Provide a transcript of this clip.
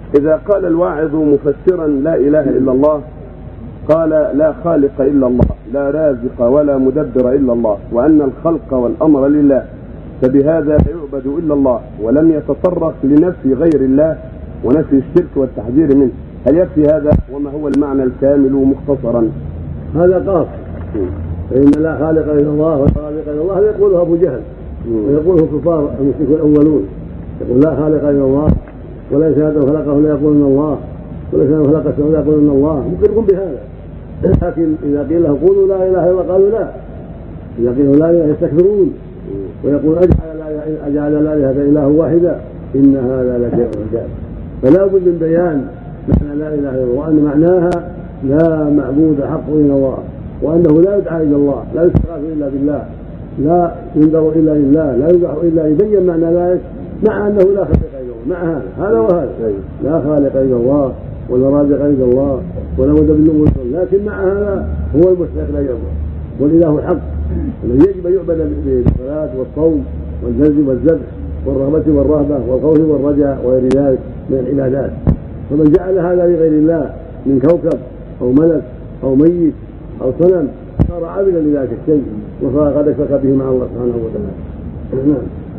إذا قال الواعظ مفسرا لا إله إلا الله قال لا خالق إلا الله، لا رازق ولا مدبر إلا الله، وأن الخلق والأمر لله، فبهذا لا يعبد إلا الله، ولم يتطرق لنفي غير الله ونفي الشرك والتحذير منه، هل يكفي هذا؟ وما هو المعنى الكامل مختصرا؟ هذا قاصر، فإن لا خالق إلا الله ولا رازق إلا الله هذا يقوله أبو جهل ويقوله كفار المشركون الأولون، يقول لا خالق إلا الله ولا إنسان خلقه لا يقول إن الله ولا إنسان خلق السماء لا يقول إن الله، مقرهم بهذا. لكن إذا قيل له قولوا لا إله إلا الله قالوا لا، إذا قيل لا إله يستكبرون ويقول أجعل الآلهة إله واحدا إن هذا لشيء عجاب. فلا بد من بيان معنى لا إله إلا الله، وأن معناها لا معبود حق إلا الله، وأنه لا يدعى إلا الله، لا يستغاث إلا بالله، لا ينذر إلا لله، لا يذبح إلا، يبين معنى ذلك مع أنه لا خالق إلا الله، مع هذا وهذا، لا خالق إلا الله ولا رازق إلا الله ولا مدبر إلا الله، لكن مع هذا هو المستحق لا يعبد، والإله حق الذي يجب أن يعبد بالصلاة والصوم والجزم والذبح والرغبة والرهبة والخوف والرجاء وغير ذلك من العبادات. فمن جعل هذا لغير الله من كوكب أو ملك أو ميت أو صنم صار عابدا لذلك الشيء وصار قد أشرك به مع الله سبحانه وتعالى. نعم.